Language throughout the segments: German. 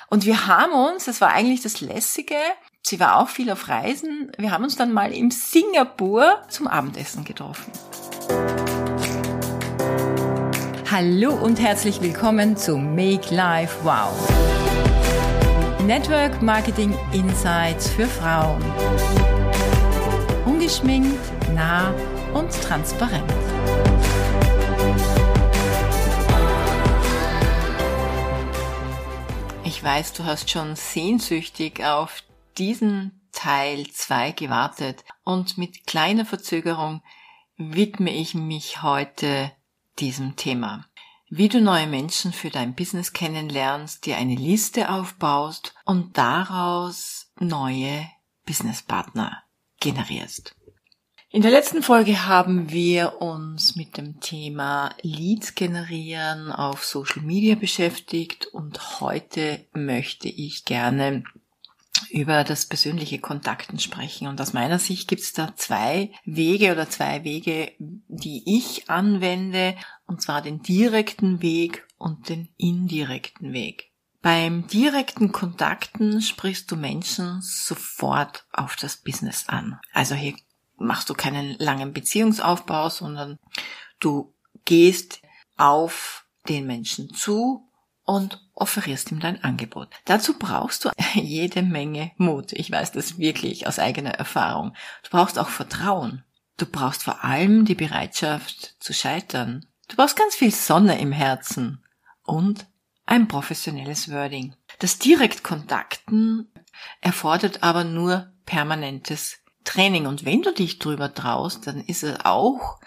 Und wir haben uns, das war eigentlich das Lässige, sie war auch viel auf Reisen, wir haben uns dann mal in Singapur zum Abendessen getroffen. Hallo und herzlich willkommen zu Make Life Wow. Network Marketing Insights für Frauen. Ungeschminkt, nah und transparent. Ich weiß, du hast schon sehnsüchtig auf diesen Teil 2 gewartet und mit kleiner Verzögerung widme ich mich heute diesem Thema. Wie du neue Menschen für dein Business kennenlernst, dir eine Liste aufbaust und daraus neue Businesspartner generierst. In der letzten Folge haben wir uns mit dem Thema Leads generieren auf Social Media beschäftigt und heute möchte ich gerne über das persönliche Kontakten sprechen. Und aus meiner Sicht gibt es da zwei Wege, die ich anwende, und zwar den direkten Weg und den indirekten Weg. Beim direkten Kontakten sprichst du Menschen sofort auf das Business an. Also hier machst du keinen langen Beziehungsaufbau, sondern du gehst auf den Menschen zu und offerierst ihm dein Angebot. Dazu brauchst du jede Menge Mut. Ich weiß das wirklich aus eigener Erfahrung. Du brauchst auch Vertrauen. Du brauchst vor allem die Bereitschaft zu scheitern. Du brauchst ganz viel Sonne im Herzen und ein professionelles Wording. Das Direktkontakten erfordert aber nur permanentes Training. Und wenn du dich drüber traust, dann ist es auch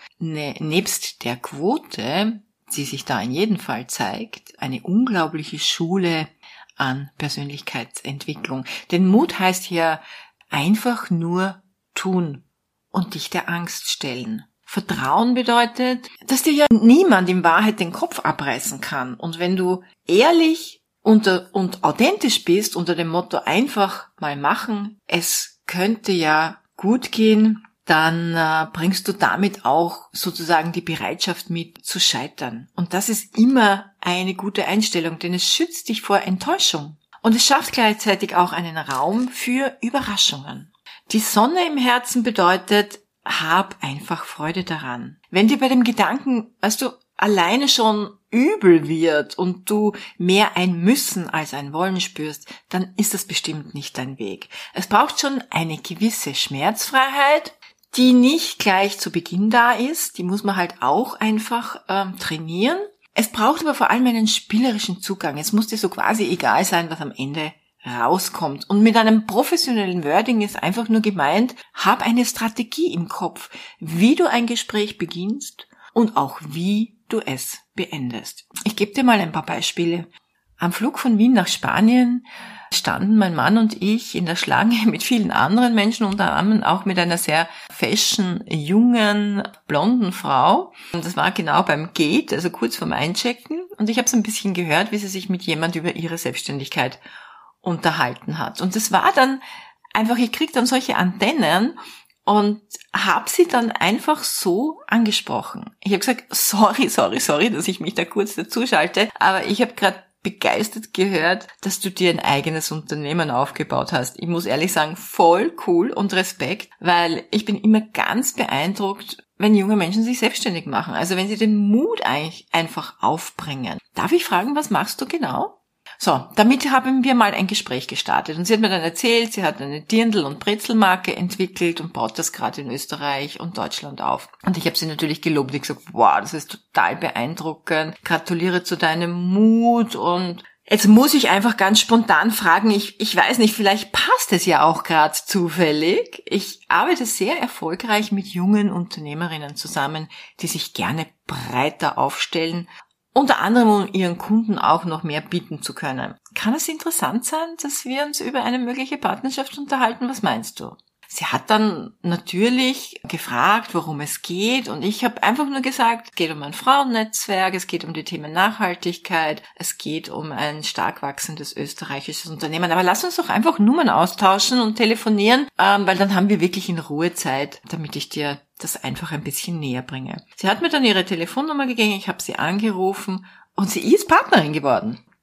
nebst der Quote, die sich da in jedem Fall zeigt, eine unglaubliche Schule an Persönlichkeitsentwicklung. Denn Mut heißt hier einfach nur tun und dich der Angst stellen. Vertrauen bedeutet, dass dir ja niemand in Wahrheit den Kopf abreißen kann. Und wenn du ehrlich und authentisch bist unter dem Motto einfach mal machen, es könnte ja gut gehen, dann bringst du damit auch sozusagen die Bereitschaft mit zu scheitern. Und das ist immer eine gute Einstellung, denn es schützt dich vor Enttäuschung. Und es schafft gleichzeitig auch einen Raum für Überraschungen. Die Sonne im Herzen bedeutet, hab einfach Freude daran. Wenn dir bei dem Gedanken, alleine schon übel wird und du mehr ein Müssen als ein Wollen spürst, dann ist das bestimmt nicht dein Weg. Es braucht schon eine gewisse Schmerzfreiheit, die nicht gleich zu Beginn da ist. Die muss man halt auch einfach trainieren. Es braucht aber vor allem einen spielerischen Zugang. Es muss dir so quasi egal sein, was am Ende rauskommt. Und mit einem professionellen Wording ist einfach nur gemeint, hab eine Strategie im Kopf, wie du ein Gespräch beginnst und auch wie du es beendest. Ich gebe dir mal ein paar Beispiele. Am Flug von Wien nach Spanien standen mein Mann und ich in der Schlange mit vielen anderen Menschen, unter anderem auch mit einer sehr fashion, jungen, blonden Frau. Und das war genau beim Gate, also kurz vorm Einchecken. Und ich habe so ein bisschen gehört, wie sie sich mit jemand über ihre Selbstständigkeit unterhalten hat. Und das war dann einfach, ich krieg dann solche Antennen und habe sie dann einfach so angesprochen. Ich habe gesagt, sorry, dass ich mich da kurz dazu schalte, aber ich habe gerade begeistert gehört, dass du dir ein eigenes Unternehmen aufgebaut hast. Ich muss ehrlich sagen, voll cool und Respekt, weil ich bin immer ganz beeindruckt, wenn junge Menschen sich selbstständig machen. Also wenn sie den Mut eigentlich einfach aufbringen. Darf ich fragen, was machst du genau? So, damit haben wir mal ein Gespräch gestartet und sie hat mir dann erzählt, sie hat eine Dirndl- und Brezelmarke entwickelt und baut das gerade in Österreich und Deutschland auf. Und ich habe sie natürlich gelobt, ich gesagt, wow, das ist total beeindruckend, gratuliere zu deinem Mut. Und jetzt muss ich einfach ganz spontan fragen, ich weiß nicht, vielleicht passt es ja auch gerade zufällig. Ich arbeite sehr erfolgreich mit jungen Unternehmerinnen zusammen, die sich gerne breiter aufstellen, unter anderem um ihren Kunden auch noch mehr bieten zu können. Kann es interessant sein, dass wir uns über eine mögliche Partnerschaft unterhalten? Was meinst du? Sie hat dann natürlich gefragt, worum es geht, und ich habe einfach nur gesagt, es geht um ein Frauennetzwerk, es geht um die Themen Nachhaltigkeit, es geht um ein stark wachsendes österreichisches Unternehmen. Aber lass uns doch einfach Nummern austauschen und telefonieren, weil dann haben wir wirklich in Ruhe Zeit, damit ich dir das einfach ein bisschen näher bringe. Sie hat mir dann ihre Telefonnummer gegeben, ich habe sie angerufen und sie ist Partnerin geworden.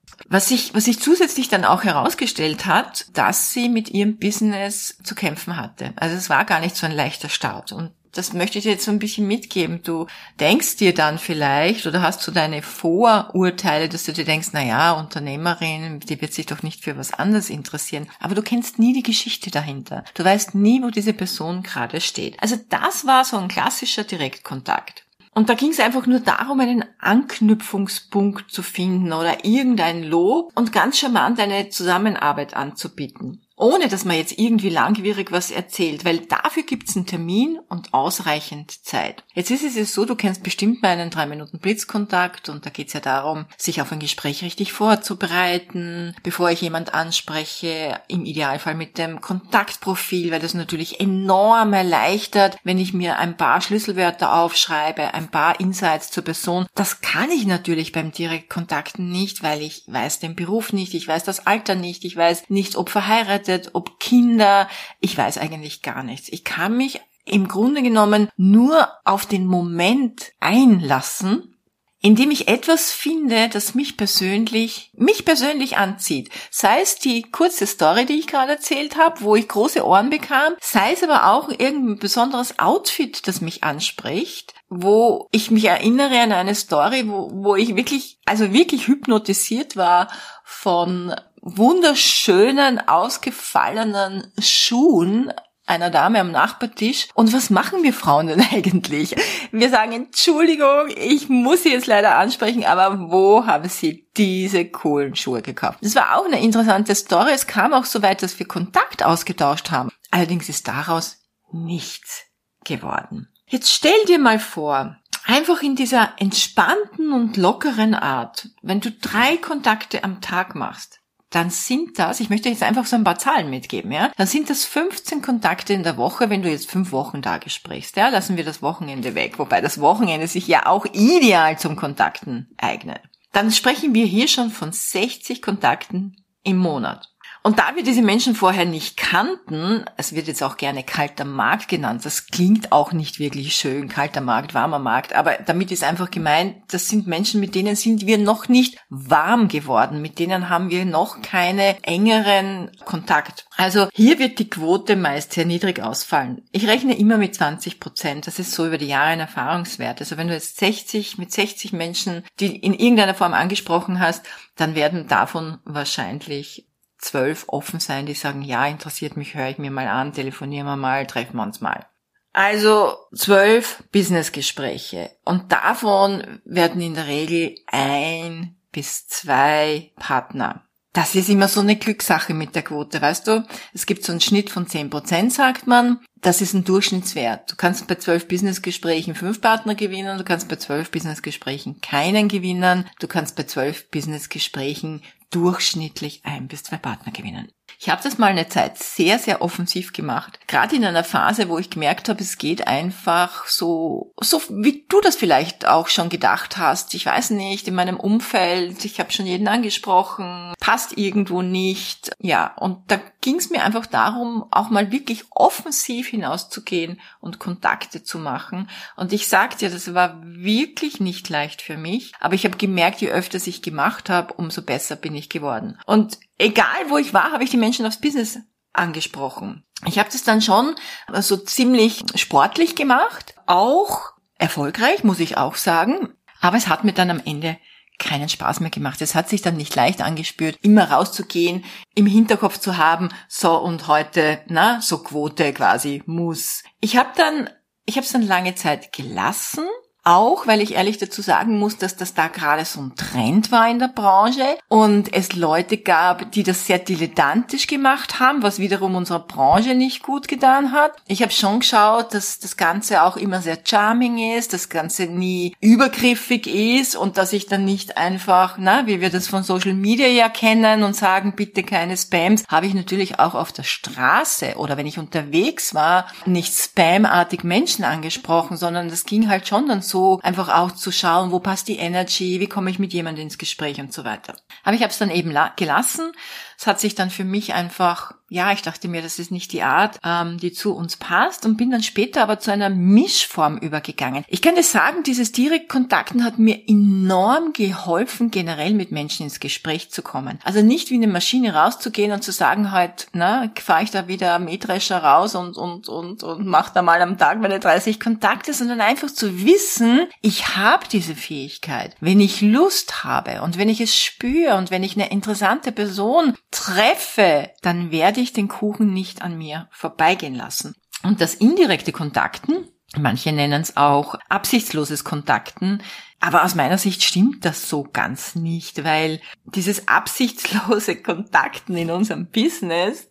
Was sich zusätzlich dann auch herausgestellt hat, dass sie mit ihrem Business zu kämpfen hatte. Also es war gar nicht so ein leichter Start. Und das möchte ich dir jetzt so ein bisschen mitgeben. Du denkst dir dann vielleicht oder hast so deine Vorurteile, dass du dir denkst, na ja, Unternehmerin, die wird sich doch nicht für was anderes interessieren. Aber du kennst nie die Geschichte dahinter. Du weißt nie, wo diese Person gerade steht. Also das war so ein klassischer Direktkontakt. Und da ging es einfach nur darum, einen Anknüpfungspunkt zu finden oder irgendein Lob und ganz charmant eine Zusammenarbeit anzubieten. Ohne, dass man jetzt irgendwie langwierig was erzählt, weil dafür gibt's einen Termin und ausreichend Zeit. Jetzt ist es ja so, du kennst bestimmt meinen 3-Minuten-Blitzkontakt und da geht's ja darum, sich auf ein Gespräch richtig vorzubereiten, bevor ich jemand anspreche, im Idealfall mit dem Kontaktprofil, weil das natürlich enorm erleichtert, wenn ich mir ein paar Schlüsselwörter aufschreibe, ein paar Insights zur Person. Das kann ich natürlich beim Direktkontakten nicht, weil ich weiß den Beruf nicht, ich weiß das Alter nicht, ich weiß nicht, ob verheiratet, ob Kinder, ich weiß eigentlich gar nichts. Ich kann mich im Grunde genommen nur auf den Moment einlassen, indem ich etwas finde, das mich persönlich anzieht. Sei es die kurze Story, die ich gerade erzählt habe, wo ich große Ohren bekam, sei es aber auch irgendein besonderes Outfit, das mich anspricht, wo ich mich erinnere an eine Story, wo ich wirklich hypnotisiert war von wunderschönen, ausgefallenen Schuhen einer Dame am Nachbartisch. Und was machen wir Frauen denn eigentlich? Wir sagen, Entschuldigung, ich muss Sie jetzt leider ansprechen, aber wo haben Sie diese coolen Schuhe gekauft? Das war auch eine interessante Story. Es kam auch so weit, dass wir Kontakt ausgetauscht haben. Allerdings ist daraus nichts geworden. Jetzt stell dir mal vor, einfach in dieser entspannten und lockeren Art, wenn du 3 Kontakte am Tag machst, dann sind das, ich möchte jetzt einfach so ein paar Zahlen mitgeben, ja, dann sind das 15 Kontakte in der Woche, wenn du jetzt 5 Wochentage sprichst, ja, lassen wir das Wochenende weg, wobei das Wochenende sich ja auch ideal zum Kontakten eignet. Dann sprechen wir hier schon von 60 Kontakten im Monat. Und da wir diese Menschen vorher nicht kannten, es wird jetzt auch gerne kalter Markt genannt, das klingt auch nicht wirklich schön, kalter Markt, warmer Markt, aber damit ist einfach gemeint, das sind Menschen, mit denen sind wir noch nicht warm geworden, mit denen haben wir noch keine engeren Kontakt. Also hier wird die Quote meist sehr niedrig ausfallen. Ich rechne immer mit 20%, das ist so über die Jahre ein Erfahrungswert. Also wenn du jetzt 60 Menschen, die in irgendeiner Form angesprochen hast, dann werden davon wahrscheinlich 12 offen sein, die sagen, ja, interessiert mich, höre ich mir mal an, telefonieren wir mal, treffen wir uns mal. Also 12 Businessgespräche und davon werden in der Regel 1 bis 2 Partner. Das ist immer so eine Glückssache mit der Quote, weißt du? Es gibt so einen Schnitt von 10%, sagt man. Das ist ein Durchschnittswert. Du kannst bei 12 Businessgesprächen 5 Partner gewinnen, du kannst bei 12 Businessgesprächen keinen gewinnen, du kannst bei 12 Businessgesprächen durchschnittlich 1 bis 2 Partner gewinnen. Ich habe das mal eine Zeit sehr, sehr offensiv gemacht. Gerade in einer Phase, wo ich gemerkt habe, es geht einfach so wie du das vielleicht auch schon gedacht hast. Ich weiß nicht, in meinem Umfeld, ich habe schon jeden angesprochen, passt irgendwo nicht. Ja, und da ging es mir einfach darum, auch mal wirklich offensiv hinauszugehen und Kontakte zu machen. Und ich sag dir, das war wirklich nicht leicht für mich. Aber ich habe gemerkt, je öfter ich gemacht habe, umso besser bin ich geworden. Und egal, wo ich war, habe ich die Menschen aufs Business angesprochen. Ich habe das dann schon so ziemlich sportlich gemacht, auch erfolgreich, muss ich auch sagen. Aber es hat mir dann am Ende keinen Spaß mehr gemacht. Es hat sich dann nicht leicht angespürt, immer rauszugehen, im Hinterkopf zu haben, so und heute, so Quote quasi muss. Ich habe es dann lange Zeit gelassen. Auch, weil ich ehrlich dazu sagen muss, dass das da gerade so ein Trend war in der Branche und es Leute gab, die das sehr dilettantisch gemacht haben, was wiederum unserer Branche nicht gut getan hat. Ich habe schon geschaut, dass das Ganze auch immer sehr charming ist, das Ganze nie übergriffig ist und dass ich dann nicht einfach, wie wir das von Social Media ja kennen und sagen, bitte keine Spams, habe ich natürlich auch auf der Straße oder wenn ich unterwegs war, nicht spamartig Menschen angesprochen, sondern das ging halt schon dann so, einfach auch zu schauen, wo passt die Energy, wie komme ich mit jemandem ins Gespräch und so weiter. Aber ich habe es dann eben gelassen, Es hat sich dann für mich einfach, ich dachte mir, das ist nicht die Art, die zu uns passt, und bin dann später aber zu einer Mischform übergegangen. Ich kann dir sagen, dieses Direktkontakten hat mir enorm geholfen, generell mit Menschen ins Gespräch zu kommen. Also nicht wie eine Maschine rauszugehen und zu sagen, fahre ich da wieder Mähdrescher raus und mache da mal am Tag meine 30 Kontakte, sondern einfach zu wissen, ich habe diese Fähigkeit. Wenn ich Lust habe und wenn ich es spüre und wenn ich eine interessante Person treffe, dann werde ich den Kuchen nicht an mir vorbeigehen lassen. Und das indirekte Kontakten, manche nennen es auch absichtsloses Kontakten, aber aus meiner Sicht stimmt das so ganz nicht, weil dieses absichtslose Kontakten in unserem Business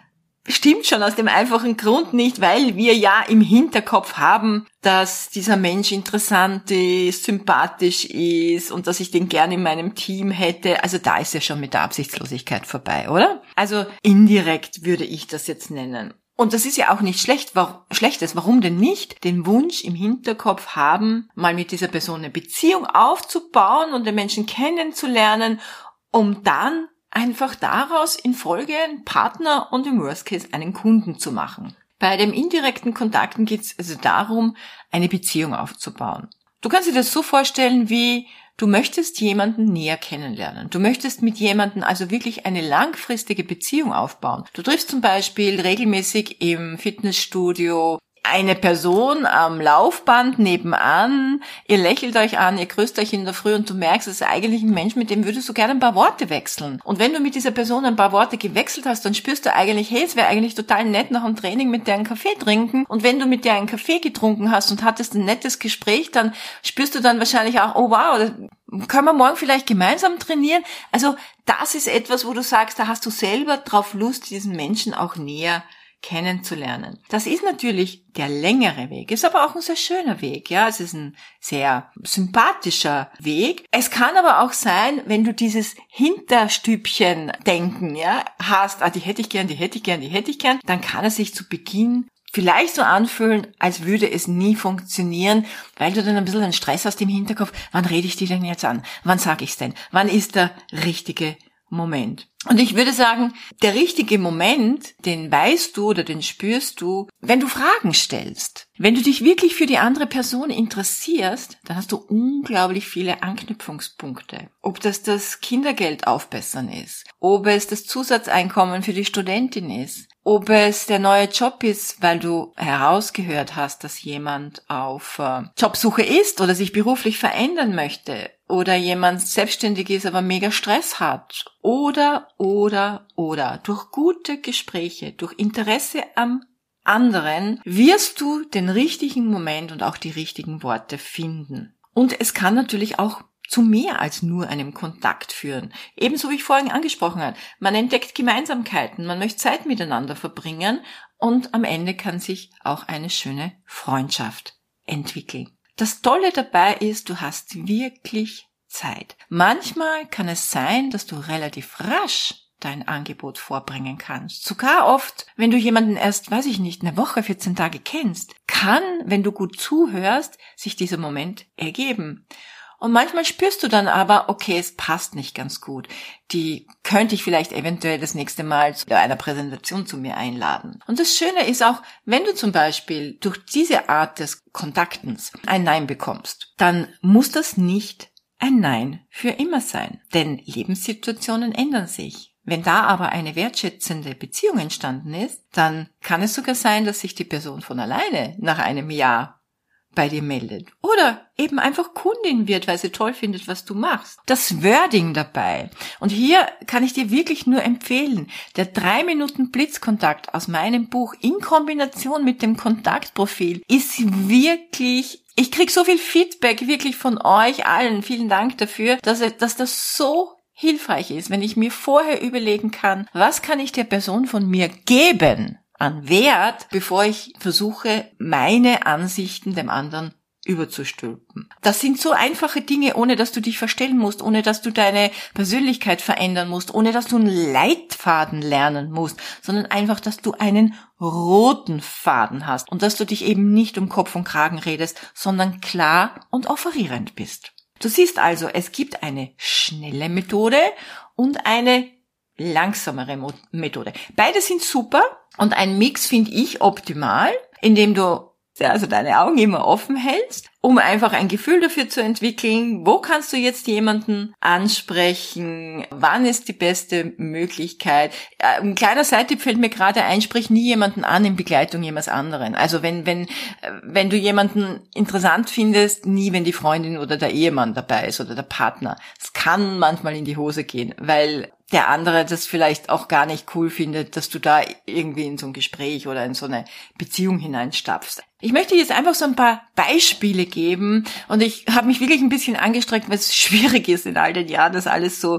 stimmt schon aus dem einfachen Grund nicht, weil wir ja im Hinterkopf haben, dass dieser Mensch interessant ist, sympathisch ist und dass ich den gerne in meinem Team hätte. Also da ist ja schon mit der Absichtslosigkeit vorbei, oder? Also indirekt würde ich das jetzt nennen. Und das ist ja auch nicht Schlechtes. Warum denn nicht den Wunsch im Hinterkopf haben, mal mit dieser Person eine Beziehung aufzubauen und den Menschen kennenzulernen, um dann einfach daraus in Folge einen Partner und im Worst Case einen Kunden zu machen. Bei dem indirekten Kontakten geht es also darum, eine Beziehung aufzubauen. Du kannst dir das so vorstellen, wie du möchtest jemanden näher kennenlernen. Du möchtest mit jemandem also wirklich eine langfristige Beziehung aufbauen. Du triffst zum Beispiel regelmäßig im Fitnessstudio eine Person am Laufband nebenan, ihr lächelt euch an, ihr grüßt euch in der Früh und du merkst, es ist eigentlich ein Mensch, mit dem würdest du gerne ein paar Worte wechseln. Und wenn du mit dieser Person ein paar Worte gewechselt hast, dann spürst du eigentlich, hey, es wäre eigentlich total nett nach dem Training mit der einen Kaffee trinken. Und wenn du mit der einen Kaffee getrunken hast und hattest ein nettes Gespräch, dann spürst du dann wahrscheinlich auch, oh wow, können wir morgen vielleicht gemeinsam trainieren? Also das ist etwas, wo du sagst, da hast du selber drauf Lust, diesen Menschen auch näher kennenzulernen. Das ist natürlich der längere Weg, ist aber auch ein sehr schöner Weg, ja. Es ist ein sehr sympathischer Weg. Es kann aber auch sein, wenn du dieses Hinterstübchen-Denken, hast, die hätte ich gern, dann kann es sich zu Beginn vielleicht so anfühlen, als würde es nie funktionieren, weil du dann ein bisschen einen Stress hast im Hinterkopf. Wann rede ich die denn jetzt an? Wann sage ich's denn? Wann ist der richtige Moment? Und ich würde sagen, der richtige Moment, den weißt du oder den spürst du, wenn du Fragen stellst. Wenn du dich wirklich für die andere Person interessierst, dann hast du unglaublich viele Anknüpfungspunkte. Ob das Kindergeld aufbessern ist, ob es das Zusatzeinkommen für die Studentin ist, ob es der neue Job ist, weil du herausgehört hast, dass jemand auf Jobsuche ist oder sich beruflich verändern möchte, oder jemand selbstständig ist, aber mega Stress hat, oder. Durch gute Gespräche, durch Interesse am anderen wirst du den richtigen Moment und auch die richtigen Worte finden. Und es kann natürlich auch zu mehr als nur einem Kontakt führen. Ebenso wie ich vorhin angesprochen habe. Man entdeckt Gemeinsamkeiten, man möchte Zeit miteinander verbringen und am Ende kann sich auch eine schöne Freundschaft entwickeln. Das Tolle dabei ist, du hast wirklich Zeit. Manchmal kann es sein, dass du relativ rasch dein Angebot vorbringen kannst. Sogar oft, wenn du jemanden erst, eine Woche, 14 Tage kennst, kann, wenn du gut zuhörst, sich dieser Moment ergeben. Und manchmal spürst du dann aber, okay, es passt nicht ganz gut. Die könnte ich vielleicht eventuell das nächste Mal zu einer Präsentation zu mir einladen. Und das Schöne ist auch, wenn du zum Beispiel durch diese Art des Kontaktens ein Nein bekommst, dann muss das nicht ein Nein für immer sein. Denn Lebenssituationen ändern sich. Wenn da aber eine wertschätzende Beziehung entstanden ist, dann kann es sogar sein, dass sich die Person von alleine nach einem Jahr bei dir meldet. Oder eben einfach Kundin wird, weil sie toll findet, was du machst. Das Wording dabei. Und hier kann ich dir wirklich nur empfehlen, der 3 Minuten Blitzkontakt aus meinem Buch in Kombination mit dem Kontaktprofil ist wirklich, ich krieg so viel Feedback wirklich von euch allen. Vielen Dank dafür, dass das so hilfreich ist, wenn ich mir vorher überlegen kann, was kann ich der Person von mir geben an Wert, bevor ich versuche, meine Ansichten dem anderen überzustülpen. Das sind so einfache Dinge, ohne dass du dich verstellen musst, ohne dass du deine Persönlichkeit verändern musst, ohne dass du einen Leitfaden lernen musst, sondern einfach, dass du einen roten Faden hast und dass du dich eben nicht um Kopf und Kragen redest, sondern klar und offerierend bist. Du siehst also, es gibt eine schnelle Methode und eine langsamere Methode. Beide sind super und ein Mix finde ich optimal, indem du also deine Augen immer offen hältst, um einfach ein Gefühl dafür zu entwickeln, wo kannst du jetzt jemanden ansprechen, wann ist die beste Möglichkeit. Ein kleiner Seitipp fällt mir gerade ein, sprich nie jemanden an in Begleitung jemals anderen. Also wenn du jemanden interessant findest, nie wenn die Freundin oder der Ehemann dabei ist oder der Partner. Es kann manchmal in die Hose gehen, weil der andere das vielleicht auch gar nicht cool findet, dass du da irgendwie in so ein Gespräch oder in so eine Beziehung hineinstapfst. Ich möchte jetzt einfach so ein paar Beispiele geben und ich habe mich wirklich ein bisschen angestrengt, weil es schwierig ist in all den Jahren, das alles so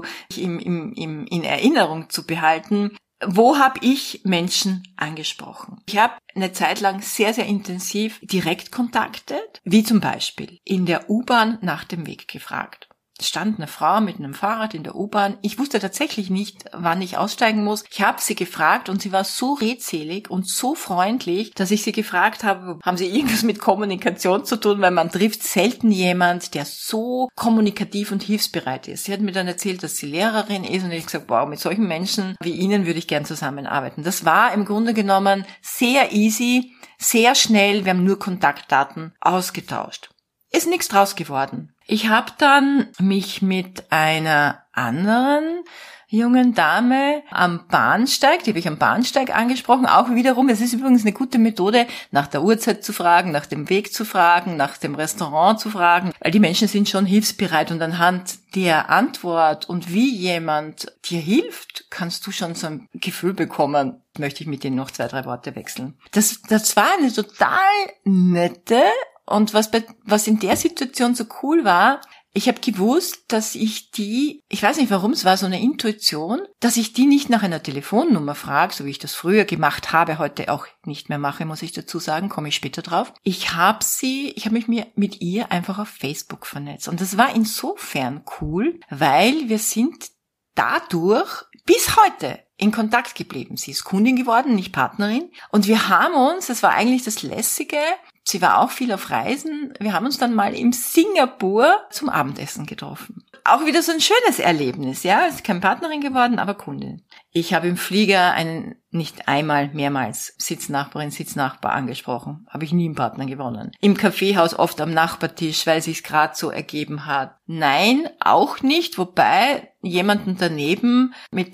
in Erinnerung zu behalten. Wo habe ich Menschen angesprochen? Ich habe eine Zeit lang sehr, sehr intensiv direkt kontaktet, wie zum Beispiel in der U-Bahn nach dem Weg gefragt. Es stand eine Frau mit einem Fahrrad in der U-Bahn. Ich wusste tatsächlich nicht, wann ich aussteigen muss. Ich habe sie gefragt und sie war so redselig und so freundlich, dass ich sie gefragt habe, haben Sie irgendwas mit Kommunikation zu tun? Weil man trifft selten jemand, der so kommunikativ und hilfsbereit ist. Sie hat mir dann erzählt, dass sie Lehrerin ist und ich habe gesagt, wow, mit solchen Menschen wie Ihnen würde ich gern zusammenarbeiten. Das war im Grunde genommen sehr easy, sehr schnell. Wir haben nur Kontaktdaten ausgetauscht. Ist nichts draus geworden. Ich habe dann mich mit einer anderen jungen Dame am Bahnsteig, die habe ich am Bahnsteig angesprochen, auch wiederum, es ist übrigens eine gute Methode, nach der Uhrzeit zu fragen, nach dem Weg zu fragen, nach dem Restaurant zu fragen, weil die Menschen sind schon hilfsbereit und anhand der Antwort und wie jemand dir hilft, kannst du schon so ein Gefühl bekommen, möchte ich mit denen noch 2, 3 Worte wechseln. Das war eine total nette. Und was in der Situation so cool war, ich habe gewusst, dass ich weiß nicht warum, es war so eine Intuition, dass ich die nicht nach einer Telefonnummer frage, so wie ich das früher gemacht habe, heute auch nicht mehr mache, muss ich dazu sagen, komme ich später drauf. Ich habe mich mit ihr einfach auf Facebook vernetzt. Und das war insofern cool, weil wir sind dadurch bis heute in Kontakt geblieben. Sie ist Kundin geworden, nicht Partnerin. Und wir haben uns, das war eigentlich das Lässige, sie war auch viel auf Reisen, wir haben uns dann mal in Singapur zum Abendessen getroffen. Auch wieder so ein schönes Erlebnis, ja. Ist keine Partnerin geworden, aber Kundin. Ich habe im Flieger einen nicht einmal, mehrmals Sitznachbar angesprochen. Habe ich nie einen Partner gewonnen. Im Kaffeehaus oft am Nachbartisch, weil sich's gerade so ergeben hat. Nein, auch nicht. Wobei jemanden daneben, mit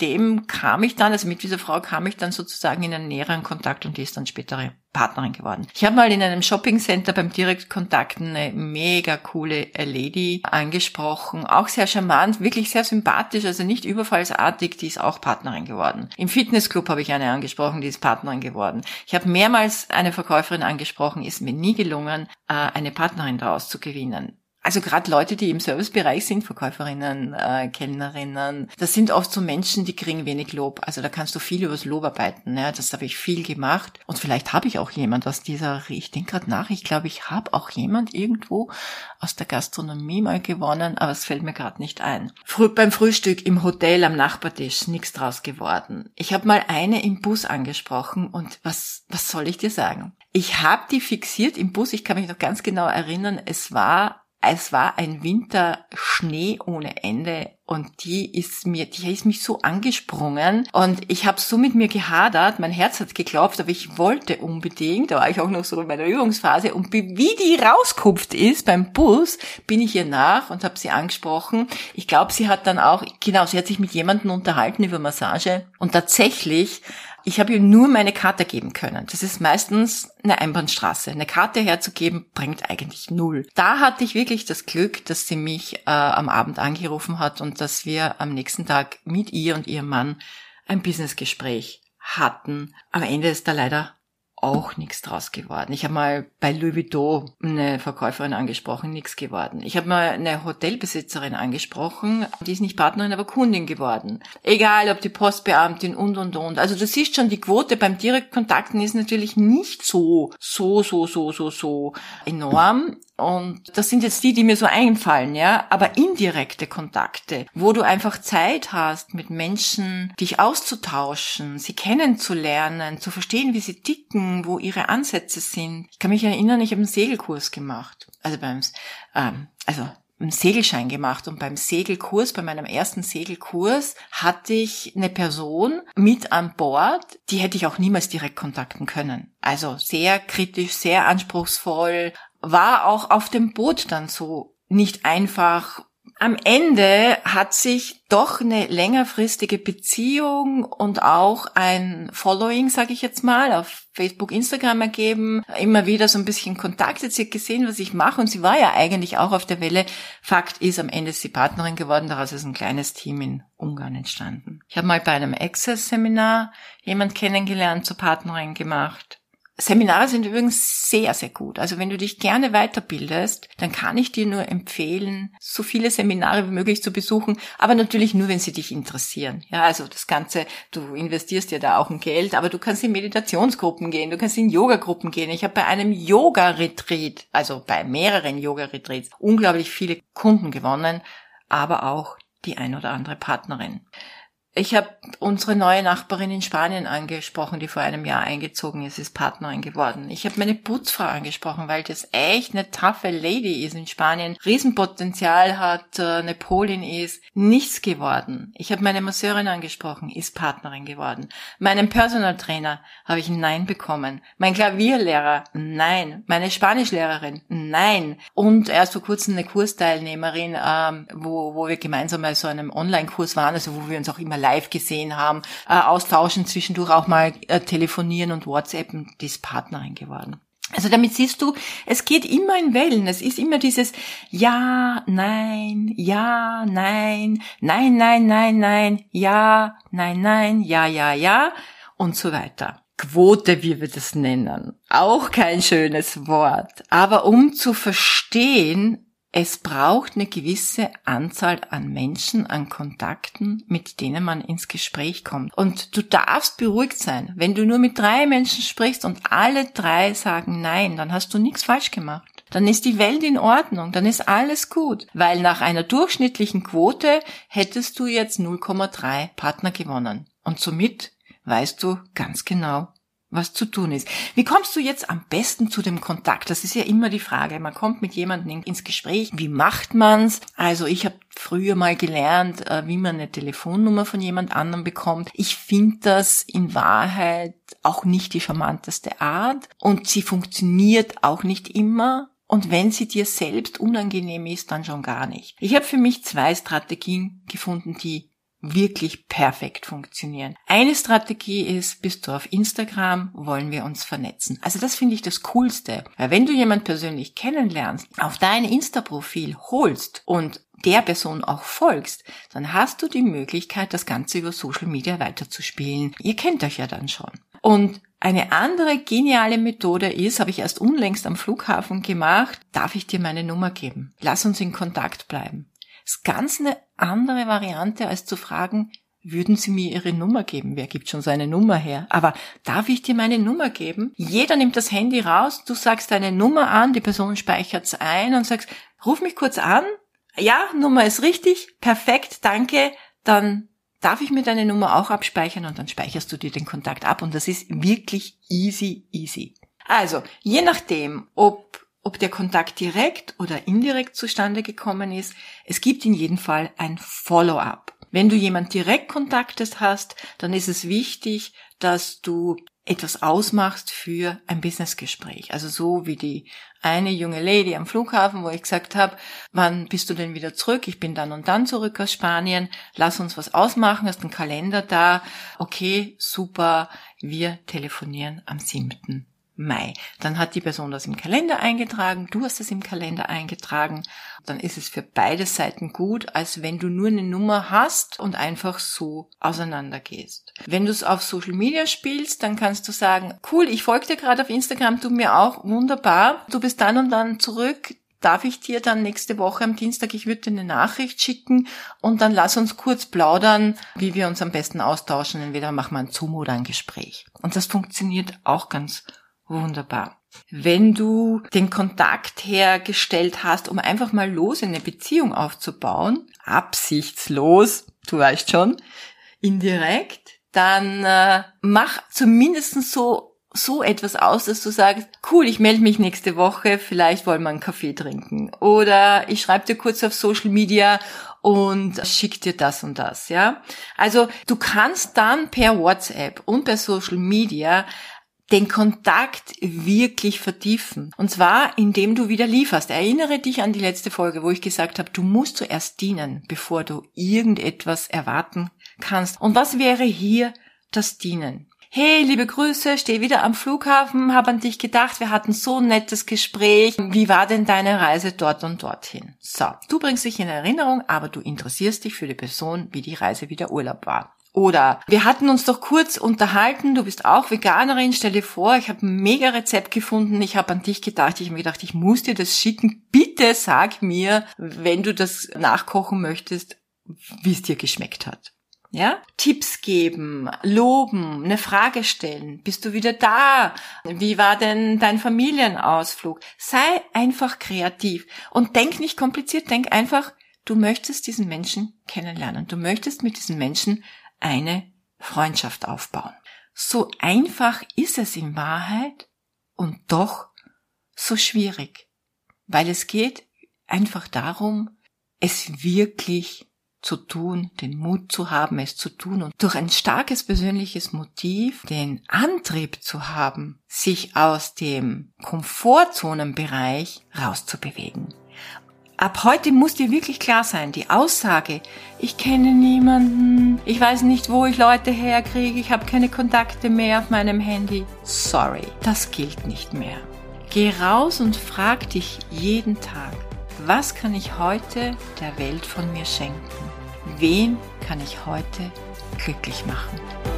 dieser Frau kam ich dann sozusagen in einen näheren Kontakt und die ist dann spätere Partnerin geworden. Ich habe mal in einem Shoppingcenter beim Direktkontakt eine mega coole Lady angesprochen. Auch sehr charmant, wirklich sehr sympathisch, also nicht überfallsartig, die ist auch Partnerin geworden. Im Fitnessclub habe ich eine angesprochen, die ist Partnerin geworden. Ich habe mehrmals eine Verkäuferin angesprochen, ist mir nie gelungen, eine Partnerin daraus zu gewinnen. Also gerade Leute, die im Servicebereich sind, Verkäuferinnen, Kellnerinnen, das sind oft so Menschen, die kriegen wenig Lob. Also da kannst du viel übers Lob arbeiten. Ja, das habe ich viel gemacht. Und vielleicht habe ich auch jemand aus ich denke gerade nach, ich glaube, ich habe auch jemand irgendwo aus der Gastronomie mal gewonnen, aber es fällt mir gerade nicht ein. Beim Frühstück im Hotel am Nachbartisch, nichts draus geworden. Ich habe mal eine im Bus angesprochen und was soll ich dir sagen? Ich habe die fixiert im Bus, ich kann mich noch ganz genau erinnern, es war ein Winterschnee ohne Ende und die ist mich so angesprungen und ich habe so mit mir gehadert, mein Herz hat geklopft, aber ich wollte unbedingt, da war ich auch noch so in meiner Übungsphase und wie die rauskupft ist beim Bus, bin ich ihr nach und habe sie angesprochen. Ich glaube, sie hat sich mit jemandem unterhalten über Massage und tatsächlich, ich habe ihr nur meine Karte geben können. Das ist meistens eine Einbahnstraße. Eine Karte herzugeben, bringt eigentlich 0. Da hatte ich wirklich das Glück, dass sie mich am Abend angerufen hat und dass wir am nächsten Tag mit ihr und ihrem Mann ein Businessgespräch hatten. Am Ende ist da leider auch nichts draus geworden. Ich habe mal bei Louis Vuitton eine Verkäuferin angesprochen, nichts geworden. Ich habe mal eine Hotelbesitzerin angesprochen, die ist nicht Partnerin, aber Kundin geworden. Egal, ob die Postbeamtin und. Also du siehst schon, die Quote beim Direktkontakten ist natürlich nicht so enorm. Und das sind jetzt die mir so einfallen, ja. Aber indirekte Kontakte, wo du einfach Zeit hast, mit Menschen dich auszutauschen, sie kennenzulernen, zu verstehen, wie sie ticken, wo ihre Ansätze sind. Ich kann mich erinnern, ich habe einen Segelkurs gemacht. Also einen Segelschein gemacht und beim Segelkurs, bei meinem ersten Segelkurs, hatte ich eine Person mit an Bord, die hätte ich auch niemals direkt kontakten können. Also sehr kritisch, sehr anspruchsvoll, war auch auf dem Boot dann so nicht einfach. Am Ende hat sich doch eine längerfristige Beziehung und auch ein Following, sage ich jetzt mal, auf Facebook, Instagram ergeben. Immer wieder so ein bisschen Kontakte. Sie hat gesehen, was ich mache und sie war ja eigentlich auch auf der Welle. Fakt ist, am Ende ist sie Partnerin geworden. Daraus ist ein kleines Team in Ungarn entstanden. Ich habe mal bei einem Access-Seminar jemand kennengelernt, zur Partnerin gemacht. Seminare sind übrigens sehr, sehr gut. Also wenn du dich gerne weiterbildest, dann kann ich dir nur empfehlen, so viele Seminare wie möglich zu besuchen, aber natürlich nur, wenn sie dich interessieren. Ja, also das Ganze, du investierst ja da auch ein Geld, aber du kannst in Meditationsgruppen gehen, du kannst in Yoga-Gruppen gehen. Ich habe bei einem Yoga-Retreat, also bei mehreren Yoga-Retreats, unglaublich viele Kunden gewonnen, aber auch die ein oder andere Partnerin. Ich habe unsere neue Nachbarin in Spanien angesprochen, die vor einem Jahr eingezogen ist Partnerin geworden. Ich habe meine Putzfrau angesprochen, weil das echt eine taffe Lady ist in Spanien, Riesenpotenzial hat, eine Polin ist, nichts geworden. Ich habe meine Masseurin angesprochen, ist Partnerin geworden. Meinen Personal Trainer habe ich ein Nein bekommen. Mein Klavierlehrer, nein. Meine Spanischlehrerin, nein. Und erst vor kurzem eine Kursteilnehmerin, wo wir gemeinsam mal so einem Online-Kurs waren, also wo wir uns auch immer live gesehen haben, austauschen, zwischendurch auch mal telefonieren und WhatsAppen, die ist Partnerin geworden. Also damit siehst du, es geht immer in Wellen. Es ist immer dieses Ja, nein, ja, nein, nein, nein, nein, nein, ja, nein, ja, ja, ja und so weiter. Quote, wie wir das nennen. Auch kein schönes Wort. Aber um zu verstehen, es braucht eine gewisse Anzahl an Menschen, an Kontakten, mit denen man ins Gespräch kommt. Und du darfst beruhigt sein. Wenn du nur mit 3 Menschen sprichst und alle 3 sagen Nein, dann hast du nichts falsch gemacht. Dann ist die Welt in Ordnung, dann ist alles gut. Weil nach einer durchschnittlichen Quote hättest du jetzt 0,3 Partner gewonnen. Und somit weißt du ganz genau, was zu tun ist. Wie kommst du jetzt am besten zu dem Kontakt? Das ist ja immer die Frage. Man kommt mit jemandem ins Gespräch. Wie macht man's? Also ich habe früher mal gelernt, wie man eine Telefonnummer von jemand anderem bekommt. Ich finde das in Wahrheit auch nicht die charmanteste Art und sie funktioniert auch nicht immer. Und wenn sie dir selbst unangenehm ist, dann schon gar nicht. Ich habe für mich 2 Strategien gefunden, die wirklich perfekt funktionieren. Eine Strategie ist, bist du auf Instagram, wollen wir uns vernetzen. Also das finde ich das Coolste. Weil wenn du jemanden persönlich kennenlernst, auf dein Insta-Profil holst und der Person auch folgst, dann hast du die Möglichkeit, das Ganze über Social Media weiterzuspielen. Ihr kennt euch ja dann schon. Und eine andere geniale Methode ist, habe ich erst unlängst am Flughafen gemacht, darf ich dir meine Nummer geben? Lass uns in Kontakt bleiben. Das ist ganz eine andere Variante, als zu fragen, würden Sie mir Ihre Nummer geben? Wer gibt schon seine Nummer her? Aber darf ich dir meine Nummer geben? Jeder nimmt das Handy raus, du sagst deine Nummer an, die Person speichert's ein und sagst, ruf mich kurz an. Ja, Nummer ist richtig, perfekt, danke. Dann darf ich mir deine Nummer auch abspeichern und dann speicherst du dir den Kontakt ab und das ist wirklich easy. Also, je nachdem, ob der Kontakt direkt oder indirekt zustande gekommen ist, es gibt in jedem Fall ein Follow-up. Wenn du jemand direkt kontaktet hast, dann ist es wichtig, dass du etwas ausmachst für ein Businessgespräch. Also so wie die eine junge Lady am Flughafen, wo ich gesagt habe, wann bist du denn wieder zurück? Ich bin dann und dann zurück aus Spanien. Lass uns was ausmachen, hast einen Kalender da. Okay, super, wir telefonieren am 7. Mai. Dann hat die Person das im Kalender eingetragen, du hast es im Kalender eingetragen. Dann ist es für beide Seiten gut, als wenn du nur eine Nummer hast und einfach so auseinandergehst. Wenn du es auf Social Media spielst, dann kannst du sagen, cool, ich folge dir gerade auf Instagram, du mir auch, wunderbar. Du bist dann und dann zurück. Darf ich dir dann nächste Woche am Dienstag, ich würde dir eine Nachricht schicken und dann lass uns kurz plaudern, wie wir uns am besten austauschen. Entweder machen wir ein Zoom oder ein Gespräch. Und das funktioniert auch ganz wunderbar. Wenn du den Kontakt hergestellt hast, um einfach mal los in eine Beziehung aufzubauen, absichtslos, du weißt schon, indirekt, dann mach zumindest so so etwas aus, dass du sagst, cool, ich melde mich nächste Woche, vielleicht wollen wir einen Kaffee trinken. Oder ich schreibe dir kurz auf Social Media und schick dir das und das, ja. Also du kannst dann per WhatsApp und per Social Media den Kontakt wirklich vertiefen. Und zwar, indem du wieder lieferst. Erinnere dich an die letzte Folge, wo ich gesagt habe, du musst zuerst dienen, bevor du irgendetwas erwarten kannst. Und was wäre hier das Dienen? Hey, liebe Grüße, stehe wieder am Flughafen, habe an dich gedacht, wir hatten so ein nettes Gespräch. Wie war denn deine Reise dort und dorthin? So, du bringst dich in Erinnerung, aber du interessierst dich für die Person, wie die Reise, wie der Urlaub war. Oder wir hatten uns doch kurz unterhalten, du bist auch Veganerin, stell dir vor, ich habe ein mega Rezept gefunden, ich habe an dich gedacht, ich habe mir gedacht, ich muss dir das schicken, bitte sag mir, wenn du das nachkochen möchtest, wie es dir geschmeckt hat. Ja? Tipps geben, loben, eine Frage stellen. Bist du wieder da? Wie war denn dein Familienausflug? Sei einfach kreativ und denk nicht kompliziert, denk einfach, du möchtest diesen Menschen kennenlernen. Du möchtest mit diesem Menschen eine Freundschaft aufbauen. So einfach ist es in Wahrheit und doch so schwierig, weil es geht einfach darum, es wirklich zu tun, den Mut zu haben, es zu tun und durch ein starkes persönliches Motiv den Antrieb zu haben, sich aus dem Komfortzonenbereich rauszubewegen. Ab heute muss dir wirklich klar sein, die Aussage, ich kenne niemanden, ich weiß nicht, wo ich Leute herkriege, ich habe keine Kontakte mehr auf meinem Handy. Sorry, das gilt nicht mehr. Geh raus und frag dich jeden Tag, was kann ich heute der Welt von mir schenken? Wen kann ich heute glücklich machen?